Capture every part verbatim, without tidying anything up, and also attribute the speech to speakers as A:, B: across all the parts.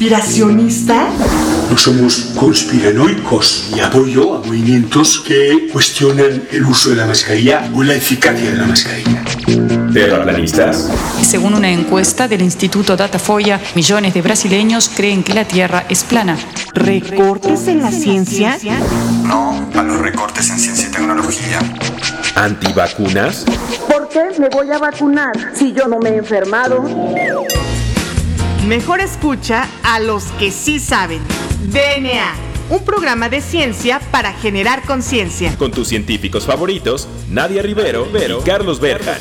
A: conspiracionista?
B: No somos conspiranoicos y apoyo a movimientos que cuestionan el uso de la mascarilla o la eficacia de la mascarilla.
C: ¿Terraplanistas?
D: Según una encuesta del Instituto Datafolha, millones de brasileños creen que la Tierra es plana.
A: ¿Recortes en la ciencia?
E: No a los recortes en ciencia y tecnología.
C: ¿Antivacunas?
F: ¿Por qué me voy a vacunar si yo no me he enfermado?
A: Mejor escucha a los que sí saben. D N A, un programa de ciencia para generar conciencia.
C: Con tus científicos favoritos, Nadia Rivero y Carlos Berja.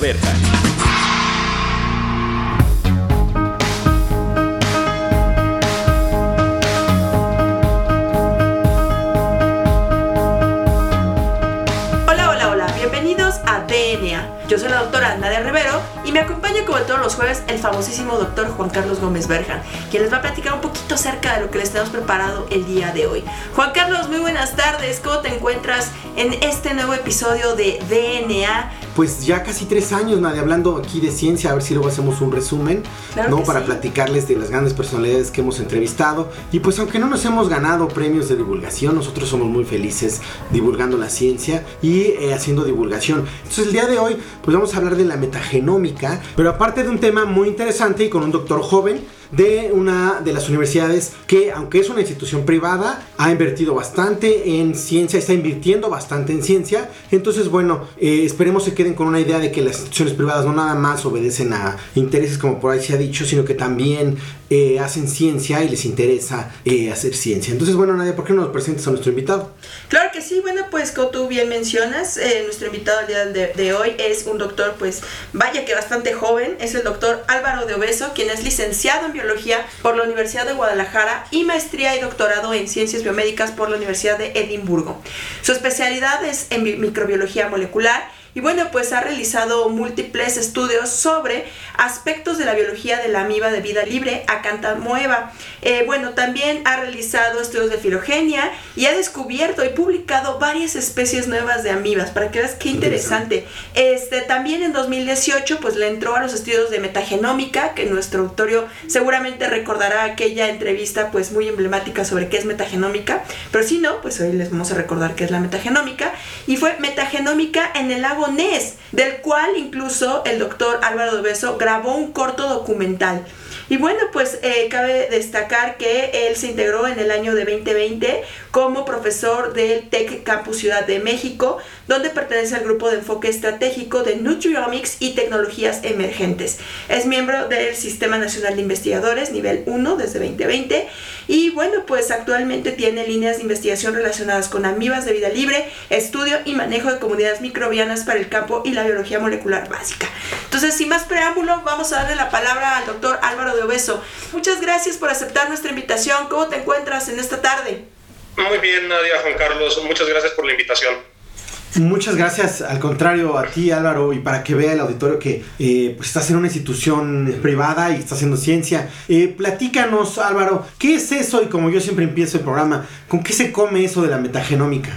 G: Hola, hola, hola, bienvenidos a D N A. Yo soy la doctora Nadia Rivero y me acompaña como todos los jueves el famosísimo doctor Juan Carlos Gómez Berja, quien les va a platicar un poquito acerca de lo que les tenemos preparado el día de hoy. Juan Carlos, muy buenas tardes, ¿cómo te encuentras en este nuevo episodio de D N A?
H: Pues ya casi tres años, Nadia, hablando aquí de ciencia, a ver si luego hacemos un resumen,
G: claro
H: ¿no?
G: que
H: Para
G: sí.
H: platicarles de las grandes personalidades que hemos entrevistado. Y pues aunque no nos hemos ganado premios de divulgación, nosotros somos muy felices divulgando la ciencia y eh, haciendo divulgación. Entonces el día de hoy pues vamos a hablar de la metagenómica, pero aparte de un tema muy interesante y con un doctor joven de una de las universidades que, aunque es una institución privada, ha invertido bastante en ciencia, está invirtiendo bastante en ciencia. Entonces, bueno, eh, esperemos se queden con una idea de que las instituciones privadas no nada más obedecen a intereses como por ahí se ha dicho, sino que también eh, hacen ciencia y les interesa eh, hacer ciencia. Entonces, bueno, Nadia, ¿por qué no nos presentas a nuestro invitado?
G: Claro que sí, bueno, pues como tú bien mencionas, eh, nuestro invitado el día de, de hoy es un doctor, pues vaya que bastante joven, es el doctor Álvaro de Obeso, quien es licenciado en Biología por la Universidad de Guadalajara y maestría y doctorado en Ciencias Biomédicas por la Universidad de Edimburgo. Su especialidad es en microbiología molecular. Y bueno, pues ha realizado múltiples estudios sobre aspectos de la biología de la amiba de vida libre, Acanthamoeba. Eh, bueno, también ha realizado estudios de filogenia y ha descubierto y publicado varias especies nuevas de amibas, para que veas qué interesante. Este, también en dos mil dieciocho, pues le entró a los estudios de metagenómica, que nuestro auditorio seguramente recordará aquella entrevista pues muy emblemática sobre qué es metagenómica, pero si no, pues hoy les vamos a recordar qué es la metagenómica, y fue metagenómica en el lago Ness, del cual incluso el doctor Álvaro de Obeso grabó un corto documental. Y bueno, pues eh, cabe destacar que él se integró en el año de veinte veinte como profesor del TEC Campus Ciudad de México, donde pertenece al grupo de enfoque estratégico de Nutriomics y tecnologías emergentes. Es miembro del Sistema Nacional de Investigadores nivel uno desde veinte veinte y bueno, pues actualmente tiene líneas de investigación relacionadas con amibas de vida libre, estudio y manejo de comunidades microbianas para el campo y la biología molecular básica. Entonces, sin más preámbulo, vamos a darle la palabra al doctor Álvaro de Obeso. Muchas gracias por aceptar nuestra invitación. ¿Cómo te encuentras en esta tarde?
I: Muy bien, Nadia, Juan Carlos, muchas gracias por la invitación.
H: Muchas gracias, al contrario, a ti, Álvaro, y para que vea el auditorio que eh, pues estás en una institución privada y estás haciendo ciencia. Eh, platícanos, Álvaro, ¿qué es eso? Y como yo siempre empiezo el programa, ¿con qué se come eso de la metagenómica?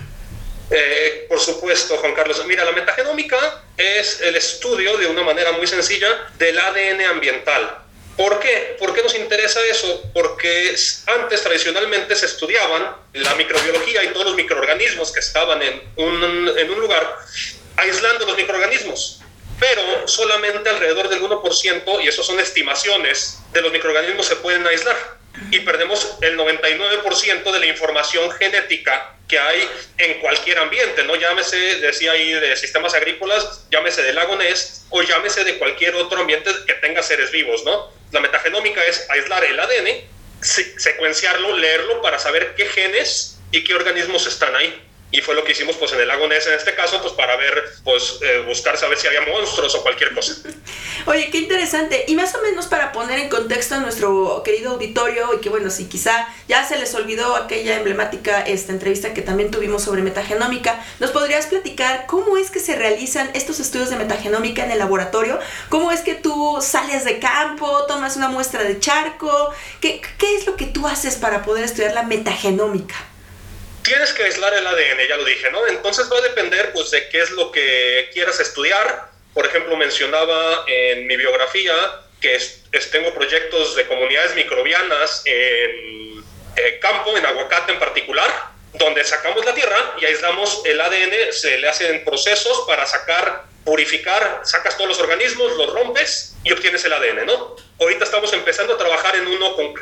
I: Eh, por supuesto, Juan Carlos. Mira, la metagenómica es el estudio de una manera muy sencilla del A D N ambiental. ¿Por qué? ¿Por qué nos interesa eso? Porque antes tradicionalmente se estudiaban la microbiología y todos los microorganismos que estaban en un, en un lugar, aislando los microorganismos. Pero solamente alrededor del uno por ciento, y eso son estimaciones, de los microorganismos se pueden aislar. Y perdemos el noventa y nueve por ciento de la información genética que hay en cualquier ambiente, ¿no? Llámese, decía ahí, de sistemas agrícolas, llámese del lago Ness, o llámese de cualquier otro ambiente que tenga seres vivos, ¿no? La metagenómica es aislar el A D N, secuenciarlo, leerlo para saber qué genes y qué organismos están ahí. Y fue lo que hicimos pues en el lago Ness en este caso, pues para ver, pues eh, buscar saber si había monstruos o cualquier cosa.
G: Oye, qué interesante. Y más o menos para poner en contexto a nuestro querido auditorio, y que bueno, si quizá ya se les olvidó aquella emblemática esta entrevista que también tuvimos sobre metagenómica, ¿nos podrías platicar cómo es que se realizan estos estudios de metagenómica en el laboratorio? ¿Cómo es que tú sales de campo, tomas una muestra de charco? ¿Qué, qué es lo que tú haces para poder estudiar la metagenómica?
I: Tienes que aislar el A D N, ya lo dije, ¿no? Entonces va a depender pues de qué es lo que quieras estudiar. Por ejemplo, mencionaba en mi biografía que es, es, tengo proyectos de comunidades microbianas en eh, campo, en aguacate en particular, donde sacamos la tierra y aislamos el A D N, se le hacen procesos para sacar, purificar, sacas todos los organismos, los rompes y obtienes el A D N, ¿no? Ahorita estamos empezando a trabajar en uno con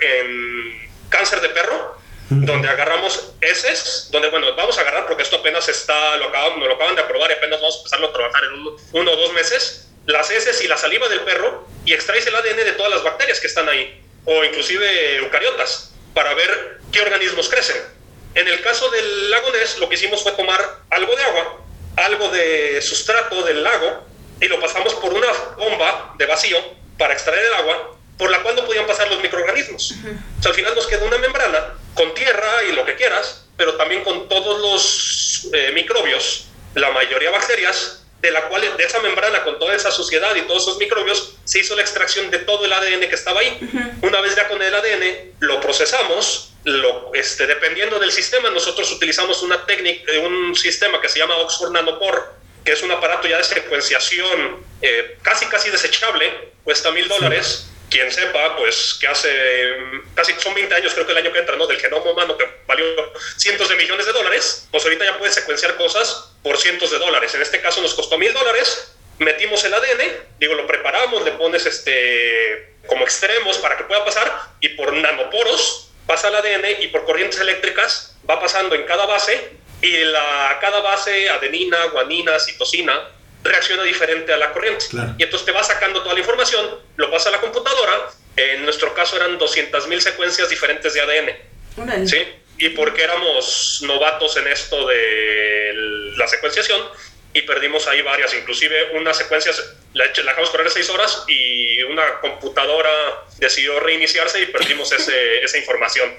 I: en cáncer de perro, donde agarramos heces, donde, bueno, vamos a agarrar porque esto apenas está, lo acaban, lo acaban de aprobar y apenas vamos a empezarlo a trabajar en uno, uno o dos meses, las heces y la saliva del perro, y extraes el A D N de todas las bacterias que están ahí, o inclusive eucariotas, para ver qué organismos crecen. En el caso del lago Ness, lo que hicimos fue tomar algo de agua, algo de sustrato del lago, y lo pasamos por una bomba de vacío para extraer el agua, por la cual no podían pasar los microorganismos. Uh-huh. O sea, al final nos quedó una membrana con tierra y lo que quieras, pero también con todos los eh, microbios, la mayoría bacterias, de la cual, de esa membrana con toda esa suciedad y todos esos microbios, se hizo la extracción de todo el A D N que estaba ahí. Uh-huh. Una vez ya con el A D N, lo procesamos, lo, este, dependiendo del sistema, nosotros utilizamos una técnica, un sistema que se llama Oxford Nanopore, que es un aparato ya de secuenciación eh, casi casi desechable, cuesta mil dólares. Sí. Quien sepa, pues que hace casi son veinte años, creo que el año que entra, ¿no? Del genoma humano, que valió cientos de millones de dólares, pues ahorita ya puedes secuenciar cosas por cientos de dólares. En este caso nos costó mil dólares, metimos el A D N, digo, lo preparamos, le pones este como extremos para que pueda pasar, y por nanoporos pasa el A D N, y por corrientes eléctricas va pasando en cada base, y la, cada base, adenina, guanina, citosina, reacciona diferente a la corriente. Claro. Y entonces te va sacando toda la información, lo pasa a la computadora. En nuestro caso eran doscientas mil secuencias diferentes de A D N. Uh-huh. ¿Sí? Y porque éramos novatos en esto de la secuenciación, y perdimos ahí varias, inclusive unas secuencias la, la dejamos correr seis horas y una computadora decidió reiniciarse y perdimos ese, esa información.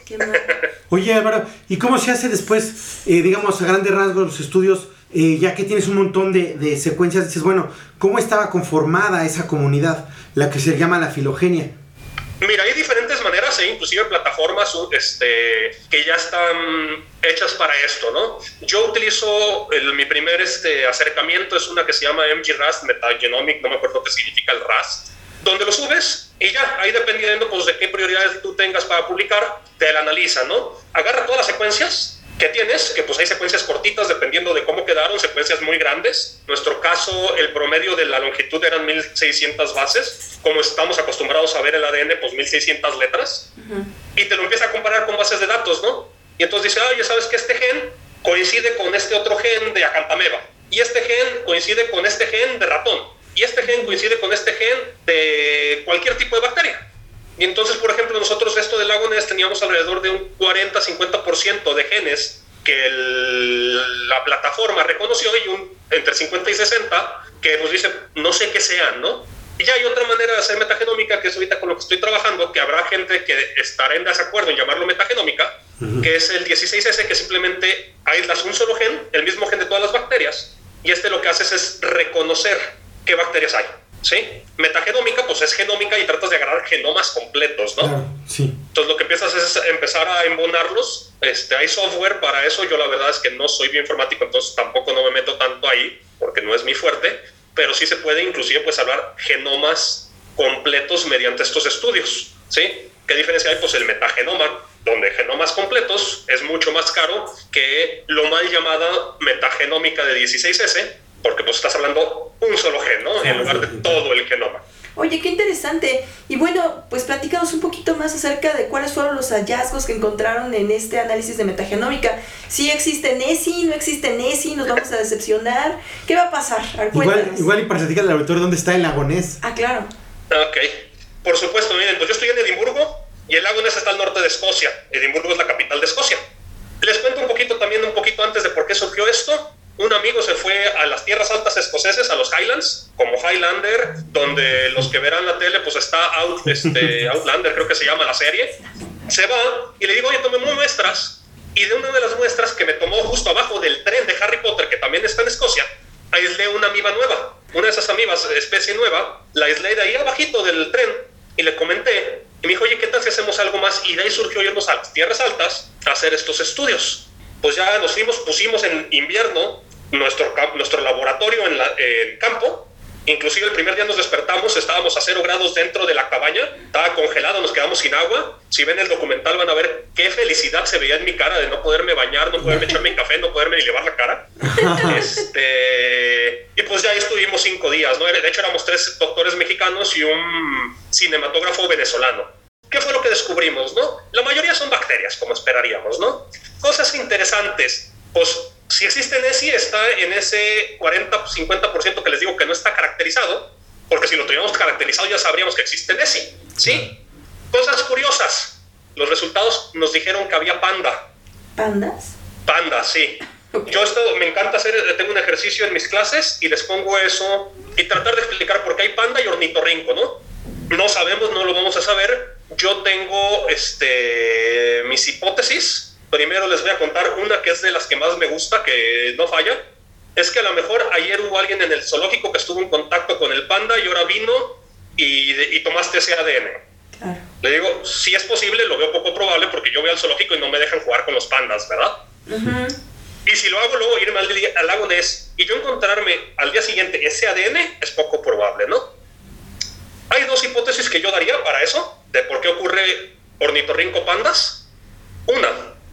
H: Oye, Álvaro, ¿y cómo se hace después, eh, digamos, a grandes rasgos los estudios? Eh, ya que tienes un montón de, de secuencias, dices, bueno, ¿cómo estaba conformada esa comunidad, la que se llama la filogenia?
I: Mira, hay diferentes maneras, ¿eh? Inclusive plataformas este, que ya están hechas para esto, ¿no? Yo utilizo, el, mi primer este, acercamiento es una que se llama M G R A S, Metagenomic, no me acuerdo qué significa el R A S, donde lo subes y ya, ahí dependiendo pues, de qué prioridades tú tengas para publicar, te la analiza, ¿no? Agarra todas las secuencias que tienes, que pues hay secuencias cortitas dependiendo de cómo quedaron, secuencias muy grandes. En nuestro caso, el promedio de la longitud eran mil seiscientas bases, como estamos acostumbrados a ver el A D N, pues mil seiscientas letras, uh-huh. Y te lo empieza a comparar con bases de datos, ¿no? Y entonces dice, oye, ¿sabes que este gen coincide con este otro gen de acantameba? Y este gen coincide con este gen de ratón. Y este gen coincide con este gen de cualquier tipo de bacteria. Y entonces, por ejemplo, nosotros esto del lago Ness teníamos alrededor de un cuarenta a cincuenta por ciento de genes que el, la plataforma reconoció, y un entre cincuenta y sesenta que nos dice no sé qué sean, ¿no? Y ya hay otra manera de hacer metagenómica, que es ahorita con lo que estoy trabajando, que habrá gente que estará en desacuerdo en llamarlo metagenómica, uh-huh. Que es el dieciséis ese, que simplemente aíslas un solo gen, el mismo gen de todas las bacterias, y este lo que haces es reconocer qué bacterias hay. ¿Sí? Metagenómica, pues es genómica y tratas de agarrar genomas completos, ¿no?
H: Claro, sí.
I: Entonces lo que empiezas es empezar a embonarlos. Este, hay software para eso. Yo la verdad es que no soy bioinformático, entonces tampoco no me meto tanto ahí, porque no es mi fuerte, pero sí se puede inclusive pues hablar genomas completos mediante estos estudios, ¿sí? ¿Qué diferencia hay? Pues el metagenoma, donde genomas completos es mucho más caro que lo mal llamada metagenómica de dieciséis ese, porque pues estás hablando un solo gen, ¿no? En lugar de todo el genoma.
G: Oye, qué interesante. Y bueno, pues platícanos un poquito más acerca de cuáles fueron los hallazgos que encontraron en este análisis de metagenómica. ¿Sí existe Nessie? ¿No existe Nessie? ¿Nos vamos a decepcionar? ¿Qué va a pasar? A ver,
H: igual, igual y para platicar al auditorio dónde está el lago Ness.
G: Ah, claro.
I: Ok. Por supuesto, miren, pues yo estoy en Edimburgo y el lago Ness está al norte de Escocia. Edimburgo es la capital de Escocia. Les cuento un poquito también, un poquito antes de por qué surgió esto. Un amigo se fue a las tierras altas escoceses, a los Highlands, como Highlander, donde los que verán la tele, pues está Out, este, Outlander, creo que se llama la serie. Se va y le digo, oye, tomemos muestras. Y de una de las muestras que me tomó justo abajo del tren de Harry Potter, que también está en Escocia, aislé una amiba nueva. Una de esas amibas, especie nueva, la aislé de ahí abajito del tren y le comenté. Y me dijo, oye, ¿qué tal si hacemos algo más? Y de ahí surgió irnos a las tierras altas a hacer estos estudios. Pues ya nos fuimos, pusimos en invierno nuestro, nuestro laboratorio en, la, en campo, Inclusive el primer día nos despertamos, estábamos a cero grados dentro de la cabaña, estaba congelado, nos quedamos sin agua. Si ven el documental van a ver qué felicidad se veía en mi cara de no poderme bañar, no poderme echarme café, no poderme ni llevar la cara. este, y pues ya ahí estuvimos cinco días, ¿no? De hecho éramos tres doctores mexicanos y un cinematógrafo venezolano. ¿Qué fue lo que descubrimos, no? La mayoría son bacterias, como esperaríamos, ¿no? Cosas interesantes, pues si existe Nessie está en ese cuarenta a cincuenta por ciento que les digo que no está caracterizado, porque si lo tuviéramos caracterizado ya sabríamos que existe Nessie, ¿sí? Cosas curiosas, los resultados nos dijeron que había panda.
G: ¿Pandas?
I: Pandas, sí. Okay. Yo esto, me encanta hacer, tengo un ejercicio en mis clases y les pongo eso y tratar de explicar por qué hay panda y ornitorrinco, ¿no? No sabemos, no lo vamos a saber. Yo tengo este, mis hipótesis. Primero les voy a contar una que es de las que más me gusta, que no falla. Es que a lo mejor ayer hubo alguien en el zoológico que estuvo en contacto con el panda y ahora vino y, y tomaste ese A D N. Claro. Le digo, si es posible, lo veo poco probable porque yo voy al zoológico y no me dejan jugar con los pandas, ¿verdad? Uh-huh. Y si lo hago luego, irme al, al lago Ness y yo encontrarme al día siguiente ese A D N, es poco probable, ¿no? Hay dos hipótesis que yo daría para eso, de por qué ocurre ornitorrinco pandas. Una,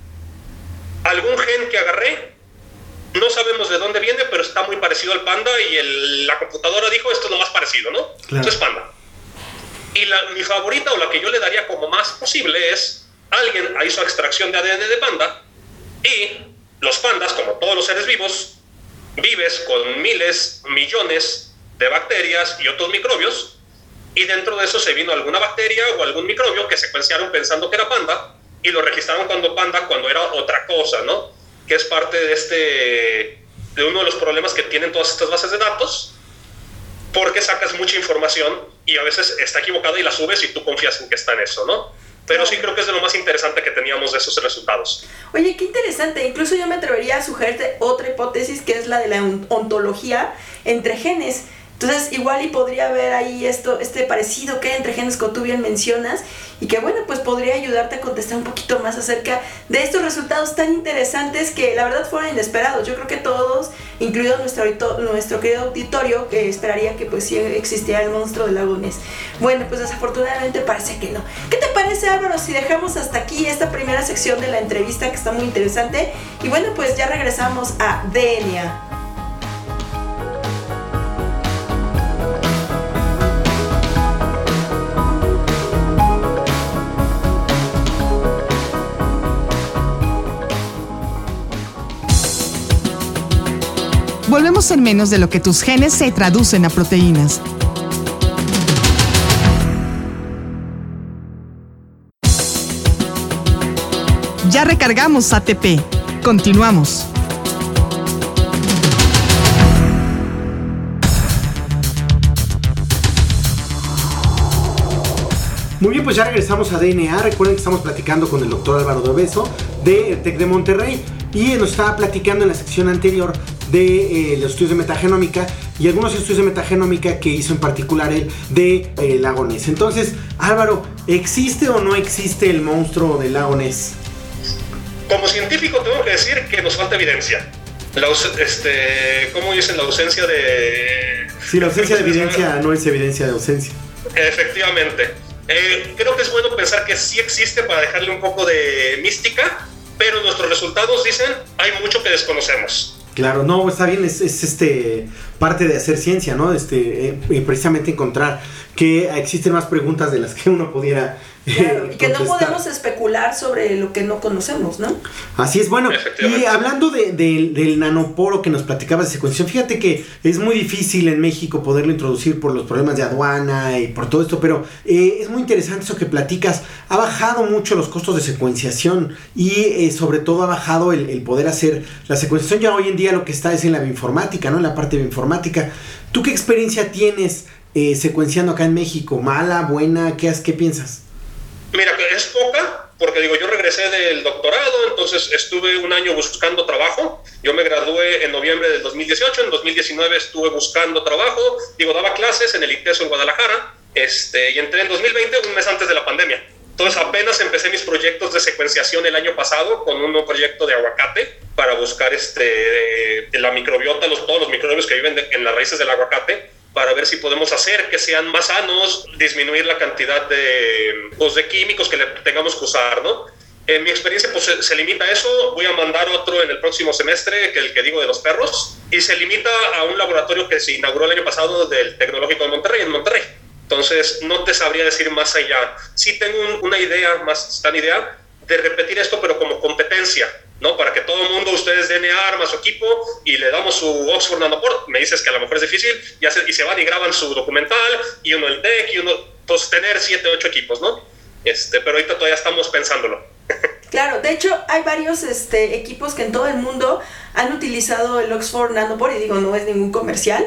I: algún gen que agarré, no sabemos de dónde viene, pero está muy parecido al panda y el, la computadora dijo esto es lo más parecido, ¿no? Claro. Esto es panda. Y la, mi favorita o la que yo le daría como más posible es alguien hizo extracción de A D N de panda y los pandas, como todos los seres vivos, vives con miles, millones de bacterias y otros microbios y dentro de eso se vino alguna bacteria o algún microbio que secuenciaron pensando que era panda y lo registraron cuando panda, cuando era otra cosa, ¿no? Que es parte de este, de uno de los problemas que tienen todas estas bases de datos, porque sacas mucha información y a veces está equivocada y la subes y tú confías en que está en eso, ¿no? Pero sí creo que es de lo más interesante que teníamos de esos resultados.
G: Oye, qué interesante. Incluso yo me atrevería a sugerirte otra hipótesis que es la de la ontología entre genes. Entonces, igual y podría haber ahí esto, este parecido que hay entre genes, como tú bien mencionas, y que, bueno, pues podría ayudarte a contestar un poquito más acerca de estos resultados tan interesantes que la verdad fueron inesperados. Yo creo que todos, incluido nuestro, nuestro querido auditorio, que esperaría que pues sí existiera el monstruo del lago Ness. Bueno, pues desafortunadamente parece que no. ¿Qué te parece, Álvaro, si dejamos hasta aquí esta primera sección de la entrevista, que está muy interesante? Y bueno, pues ya regresamos a D N A.
A: Volvemos en menos de lo que tus genes se traducen a proteínas. Ya recargamos A T P. Continuamos.
H: Muy bien, pues ya regresamos a D N A. Recuerden que estamos platicando con el doctor Álvaro de Obeso de TEC de Monterrey y nos estaba platicando en la sección anterior de eh, los estudios de metagenómica y algunos estudios de metagenómica que hizo en particular el de eh, lago Ness. Entonces, Álvaro, ¿existe o no existe el monstruo del lago Ness?
I: Como científico tengo que decir que nos falta evidencia. La, este, ¿Cómo dicen? La ausencia de...
H: Sí, la ausencia de evidencia no es evidencia de ausencia.
I: Efectivamente. Eh, creo que es bueno pensar que sí existe para dejarle un poco de mística, pero nuestros resultados dicen hay mucho que desconocemos.
H: Claro, no, está bien, es, es este parte de hacer ciencia, ¿no? Este, eh, precisamente encontrar que existen más preguntas de las que uno pudiera
G: Claro, y que no podemos especular sobre lo que no conocemos, ¿no?
H: Así es, bueno, y hablando de, de, del nanoporo que nos platicabas de secuenciación, fíjate que es muy difícil en México poderlo introducir por los problemas de aduana y por todo esto, pero eh, es muy interesante eso que platicas. Ha bajado mucho los costos de secuenciación y eh, sobre todo ha bajado el, el poder hacer la secuenciación. Ya hoy en día lo que está es en la bioinformática, ¿no? En la parte de bioinformática. ¿Tú qué experiencia tienes eh, secuenciando acá en México? ¿Mala, buena? ¿Qué, qué piensas?
I: Mira, es poca, porque digo, yo regresé del doctorado, entonces estuve un año buscando trabajo. Yo me gradué en noviembre del dos mil dieciocho, en dos mil diecinueve estuve buscando trabajo, digo, daba clases en el ITESO en Guadalajara, este, y entré en dos mil veinte, un mes antes de la pandemia. Entonces apenas empecé mis proyectos de secuenciación el año pasado con un nuevo proyecto de aguacate para buscar este, la microbiota, los, todos los microbios que viven de, en las raíces del aguacate, para ver si podemos hacer que sean más sanos, disminuir la cantidad de, pues, de químicos que le tengamos que usar, ¿no? En mi experiencia, pues se, se limita a eso. Voy a mandar otro en el próximo semestre, que el que digo de los perros, y se limita a un laboratorio que se inauguró el año pasado del Tecnológico de Monterrey, en Monterrey. Entonces, no te sabría decir más allá. Sí tengo un, una idea, más tan idea, de repetir esto, pero como competencia, ¿no? Para que todo el mundo, ustedes den armas o equipo y le damos su Oxford Nanopore. Me dices que a lo mejor es difícil, y, hace, y se van y graban su documental, y uno el T E C, y uno, pues tener siete, ocho equipos, ¿no? Este, pero ahorita todavía estamos pensándolo.
G: Claro, de hecho hay varios este, equipos que en todo el mundo han utilizado el Oxford Nanopore, y digo, no es ningún comercial,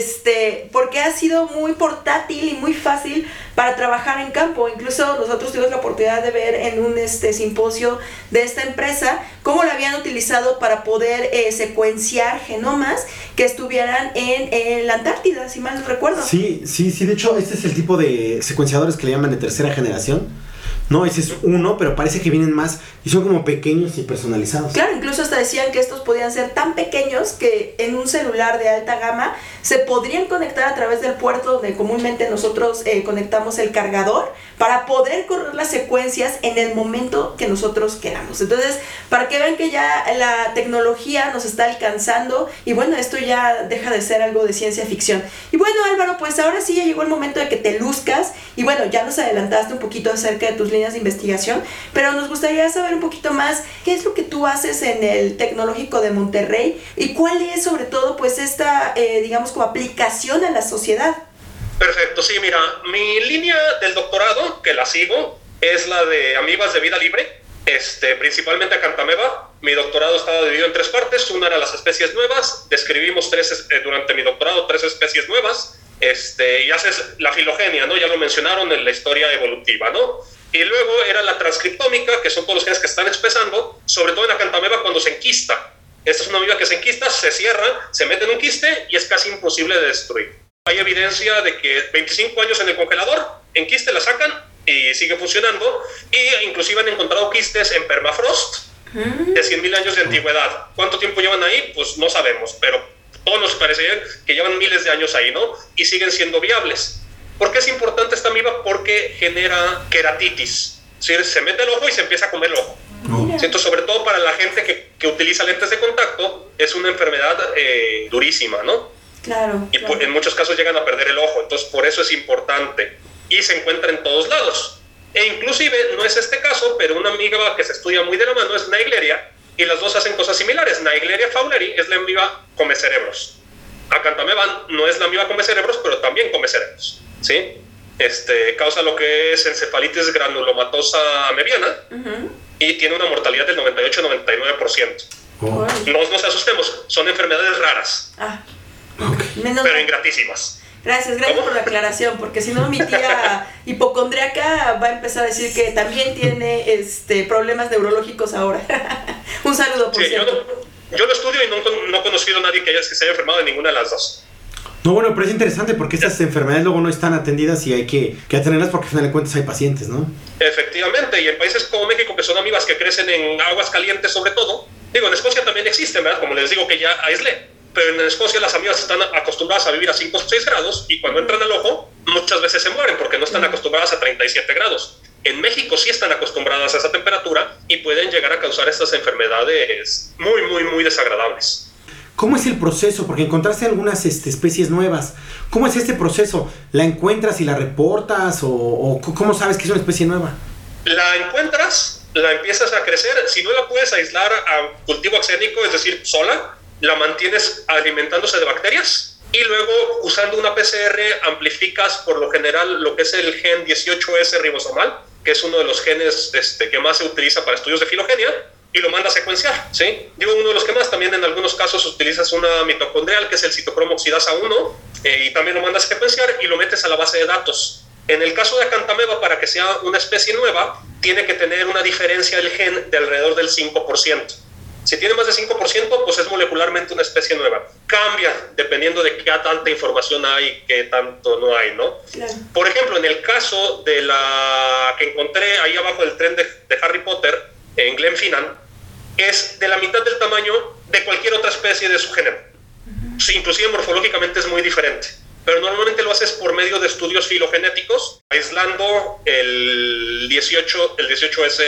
G: este, porque ha sido muy portátil y muy fácil para trabajar en campo. Incluso nosotros tuvimos la oportunidad de ver en un este, simposio de esta empresa cómo lo habían utilizado para poder eh, secuenciar genomas que estuvieran en, en la Antártida, si mal no recuerdo.
H: Sí, sí, sí, de hecho este es el tipo de secuenciadores que le llaman de tercera generación. No, ese es uno, pero parece que vienen más y son como pequeños y personalizados.
G: Claro, incluso hasta decían que estos podían ser tan pequeños que en un celular de alta gama se podrían conectar a través del puerto donde comúnmente nosotros eh, conectamos el cargador para poder correr las secuencias en el momento que nosotros queramos. Entonces, para que vean que ya la tecnología nos está alcanzando, y bueno, esto ya deja de ser algo de ciencia ficción. Y bueno, Álvaro, pues ahora sí ya llegó el momento de que te luzcas, y bueno, ya nos adelantaste un poquito acerca de tus líneas de investigación, pero nos gustaría saber un poquito más qué es lo que tú haces en el Tecnológico de Monterrey y cuál es sobre todo pues esta, eh, digamos, como aplicación a la sociedad.
I: Perfecto, sí, mira, mi línea del doctorado, que la sigo, es la de amibas de vida libre, este, principalmente acanthameba. Mi doctorado estaba dividido en tres partes. Una era las especies nuevas, describimos tres, eh, durante mi doctorado tres especies nuevas, este, y haces la filogenia, ¿no? Ya lo mencionaron en la historia evolutiva, ¿no? Y luego era la transcriptómica, que son todos los genes que están expresando, sobre todo en acanthameba cuando se enquista. Esta es una amiba que se enquista, se cierra, se mete en un quiste y es casi imposible de destruir. Hay evidencia de que veinticinco años en el congelador, en quiste la sacan y sigue funcionando, y inclusive han encontrado quistes en permafrost de cien mil años de antigüedad. ¿Cuánto tiempo llevan ahí? Pues no sabemos, pero todos nos parece que llevan miles de años ahí, ¿no? Y siguen siendo viables. ¿Por qué es importante esta amiba? Porque genera queratitis. ¿Sí? Se mete el ojo y se empieza a comer el ojo. Oh. Entonces, sobre todo para la gente que, que utiliza lentes de contacto, es una enfermedad eh, durísima, ¿no?
G: Claro.
I: Y
G: claro.
I: en muchos casos llegan a perder el ojo. Entonces, por eso es importante. Y se encuentra en todos lados. E inclusive, no es este caso, pero una amiba que se estudia muy de la mano es Naegleria, y las dos hacen cosas similares. Naegleria fowleri es la amiba come cerebros. Acanthameba no es la amiba come cerebros, pero también come cerebros. ¿Sí? Este, causa lo que es encefalitis granulomatosa mediana, uh-huh. y tiene una mortalidad del noventa y ocho a noventa y nueve por ciento. Oh. No nos asustemos, son enfermedades raras,
G: ah.
H: okay.
G: Menos
I: pero
G: mal.
I: Ingratísimas.
G: Gracias, gracias por la aclaración, porque si no mi tía hipocondriaca va a empezar a decir que también tiene este, problemas neurológicos ahora. Un saludo, por
I: sí,
G: cierto.
I: Yo, no, yo lo estudio y no, no he conocido a nadie que, haya, que se haya enfermado de ninguna de las dos.
H: No, bueno, pero es interesante porque estas enfermedades luego no están atendidas y hay que, que atenderlas porque al final de cuentas hay pacientes, ¿no?
I: Efectivamente, y en países como México, que son amibas que crecen en aguas calientes sobre todo, digo, en Escocia también existen, ¿verdad? Como les digo que ya aislé, pero en Escocia las amibas están acostumbradas a vivir a cinco o seis grados y cuando entran al ojo muchas veces se mueren porque no están acostumbradas a treinta y siete grados. En México sí están acostumbradas a esa temperatura y pueden llegar a causar estas enfermedades muy, muy, muy desagradables.
H: ¿Cómo es el proceso? Porque encontraste algunas este, especies nuevas. ¿Cómo es este proceso? ¿La encuentras y la reportas? ¿O, o cómo sabes que es una especie nueva?
I: La encuentras, la empiezas a crecer. Si no la puedes aislar a cultivo axénico, es decir, sola, la mantienes alimentándose de bacterias. Y luego, usando una P C R, amplificas por lo general lo que es el gen dieciocho ese ribosomal, que es uno de los genes este, que más se utiliza para estudios de filogenia, y lo manda a secuenciar, ¿sí? Digo, uno de los que más, también en algunos casos utilizas una mitocondrial, que es el citocromo oxidasa uno, eh, y también lo mandas a secuenciar y lo metes a la base de datos. En el caso de acanthameba, para que sea una especie nueva, tiene que tener una diferencia del gen de alrededor del cinco por ciento. Si tiene más de cinco por ciento, pues es molecularmente una especie nueva. Cambia dependiendo de qué tanta información hay, qué tanto no hay, ¿no? Claro. Por ejemplo, en el caso de la que encontré ahí abajo del tren de, de Harry Potter, en Glenfinnan, es de la mitad del tamaño de cualquier otra especie de su género. Uh-huh. Sí, inclusive morfológicamente es muy diferente. pero normalmente lo haces por medio de estudios filogenéticos, aislando el dieciocho, el dieciocho ese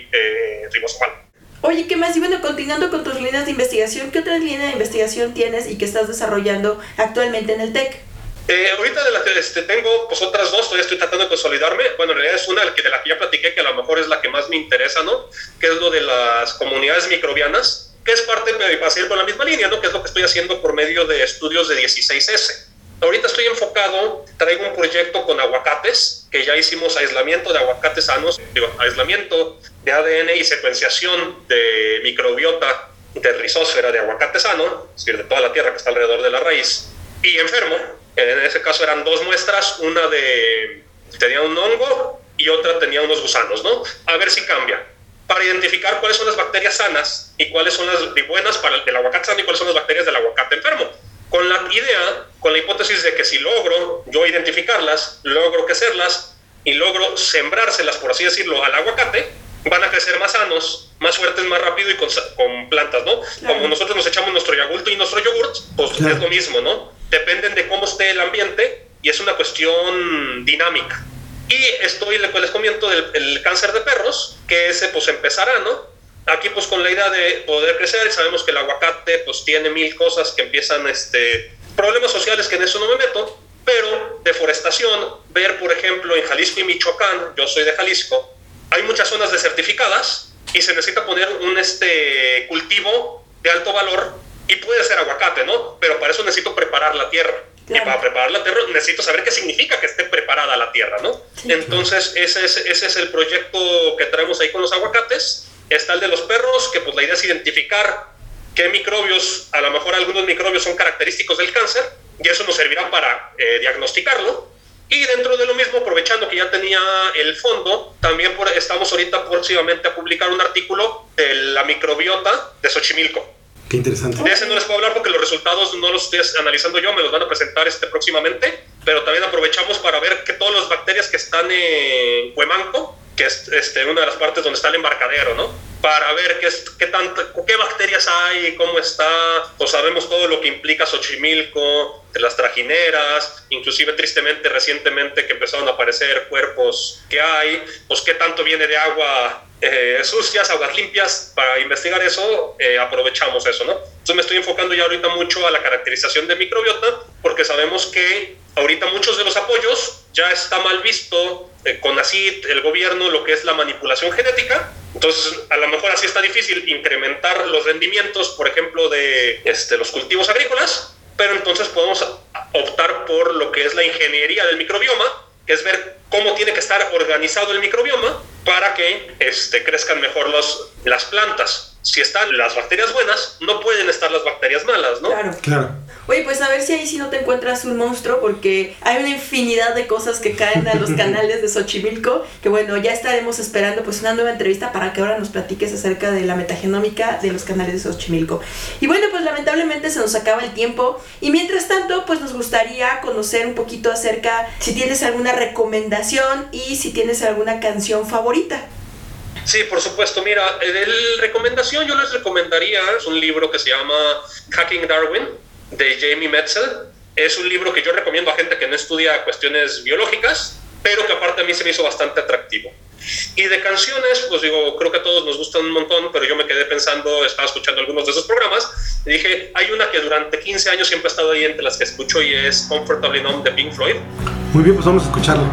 I: eh, ribosomal.
G: Oye, ¿qué más? Y bueno, continuando con tus líneas de investigación, ¿qué otras líneas de investigación tienes y que estás desarrollando actualmente en el TEC?
I: Eh, ahorita de la que este, tengo pues otras dos, todavía estoy tratando de consolidarme. Bueno, en realidad es una de la que ya platiqué, que a lo mejor es la que más me interesa, ¿no? Que es lo de las comunidades microbianas, que es parte de pasar por la misma línea, ¿no? Que es lo que estoy haciendo por medio de estudios de dieciséis ese. Ahorita estoy enfocado, traigo un proyecto con aguacates, que ya hicimos aislamiento de aguacates sanos, digo, aislamiento de A D N y secuenciación de microbiota de rizósfera de aguacate sano, es decir, de toda la tierra que está alrededor de la raíz, y enfermo. En ese caso eran dos muestras, una de tenía un hongo y otra tenía unos gusanos, ¿no? A ver si cambia. Para identificar cuáles son las bacterias sanas y cuáles son las buenas para el aguacate sano y cuáles son las bacterias del aguacate enfermo. Con la idea, con la hipótesis de que si logro yo identificarlas, logro crecerlas y logro sembrárselas, por así decirlo, al aguacate, van a crecer más sanos, más fuertes, más rápido y con, con plantas, ¿no? Claro. Como nosotros nos echamos nuestro yagulto y nuestro yogurt, pues claro, es lo mismo, ¿no? Dependen de cómo esté el ambiente y es una cuestión dinámica. Y estoy, les comento del el cáncer de perros, que ese pues empezará, ¿no? Aquí pues con la idea de poder crecer, sabemos que el aguacate pues tiene mil cosas que empiezan, este, problemas sociales que en eso no me meto, pero deforestación, ver por ejemplo en Jalisco y Michoacán, yo soy de Jalisco, hay muchas zonas desertificadas y se necesita poner un este, cultivo de alto valor y puede ser aguacate, ¿no? Pero para eso necesito preparar la tierra. Claro. Y para preparar la tierra necesito saber qué significa que esté preparada la tierra, ¿no? Sí. Entonces ese es, ese es el proyecto que traemos ahí con los aguacates. Está el de los perros, que pues la idea es identificar qué microbios, a lo mejor algunos microbios son característicos del cáncer y eso nos servirá para eh, diagnosticarlo. Y dentro de lo mismo, aprovechando que ya tenía el fondo, también por, estamos ahorita próximamente a publicar un artículo de la microbiota de Xochimilco.
H: Qué interesante.
I: De ese no les puedo hablar porque los resultados no los estoy analizando yo, me los van a presentar este próximamente, pero también aprovechamos para ver que todas las bacterias que están en Huemanco, que es este, una de las partes donde está el embarcadero, ¿no? Para ver qué, es, qué, tanta, qué bacterias hay, cómo está, pues sabemos todo lo que implica Xochimilco, de las trajineras, inclusive tristemente recientemente que empezaron a aparecer cuerpos que hay, pues qué tanto viene de agua eh, sucias, aguas limpias. Para investigar eso, eh, aprovechamos eso, ¿no? Entonces me estoy enfocando ya ahorita mucho a la caracterización de microbiota, porque sabemos que ahorita muchos de los apoyos ya está mal visto eh, con así el gobierno lo que es la manipulación genética. Entonces a lo mejor así está difícil incrementar los rendimientos, por ejemplo, de este, los cultivos agrícolas, pero entonces podemos optar por lo que es la ingeniería del microbioma, que es ver cómo tiene que estar organizado el microbioma para que este, crezcan mejor los, las plantas. Si están las bacterias buenas, no pueden estar las bacterias malas, ¿no?
G: Claro.
H: Claro.
G: Oye, pues a ver si ahí sí no te encuentras un monstruo, porque hay una infinidad de cosas que caen a los canales de Xochimilco, que bueno, ya estaremos esperando pues una nueva entrevista para que ahora nos platiques acerca de la metagenómica de los canales de Xochimilco. Y bueno, pues lamentablemente se nos acaba el tiempo, y mientras tanto, pues nos gustaría conocer un poquito acerca, si tienes alguna recomendación y si tienes alguna canción favorita.
I: Sí, por supuesto. Mira, el recomendación yo les recomendaría, es un libro que se llama Hacking Darwin, de Jamie Metzl. Es un libro que yo recomiendo a gente que no estudia cuestiones biológicas, pero que aparte a mí se me hizo bastante atractivo. Y de canciones, pues digo, creo que a todos nos gustan un montón, pero yo me quedé pensando, estaba escuchando algunos de esos programas, y dije, hay una que durante quince años siempre ha estado ahí entre las que escucho y es Comfortably Numb de Pink Floyd.
H: Muy bien, pues vamos a escucharla.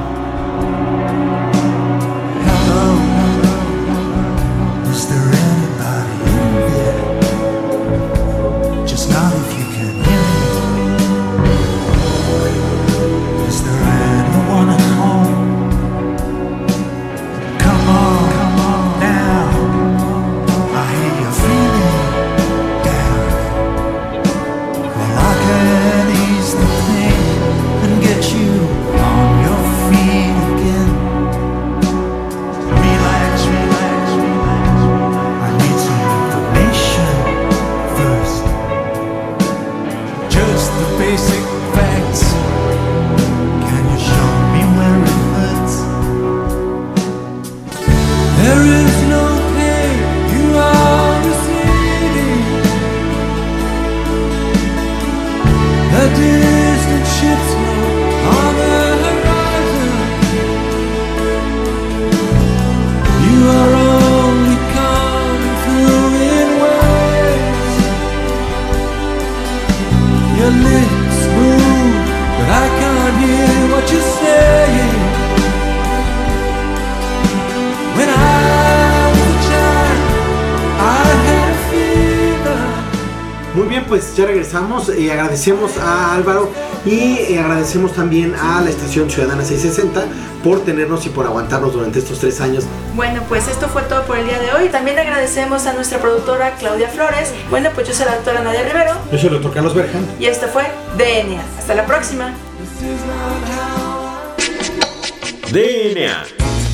J: Get you on your feet.
H: pues ya regresamos. Eh, agradecemos a Álvaro y eh, agradecemos también a la Estación Ciudadana seiscientos sesenta por tenernos y por aguantarnos durante estos tres años.
G: Bueno, pues esto fue todo por el día de hoy. También agradecemos a nuestra productora Claudia Flores. Bueno, pues yo soy la doctora Nadia Rivero.
H: Yo soy el doctor Carlos Berjan.
G: Y esto fue D N A. Hasta la próxima.
C: D N A.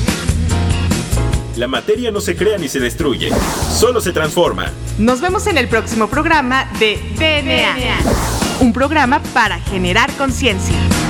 C: La materia no se crea ni se destruye, solo se transforma.
A: Nos vemos en el próximo programa de D N A, un programa para generar conciencia.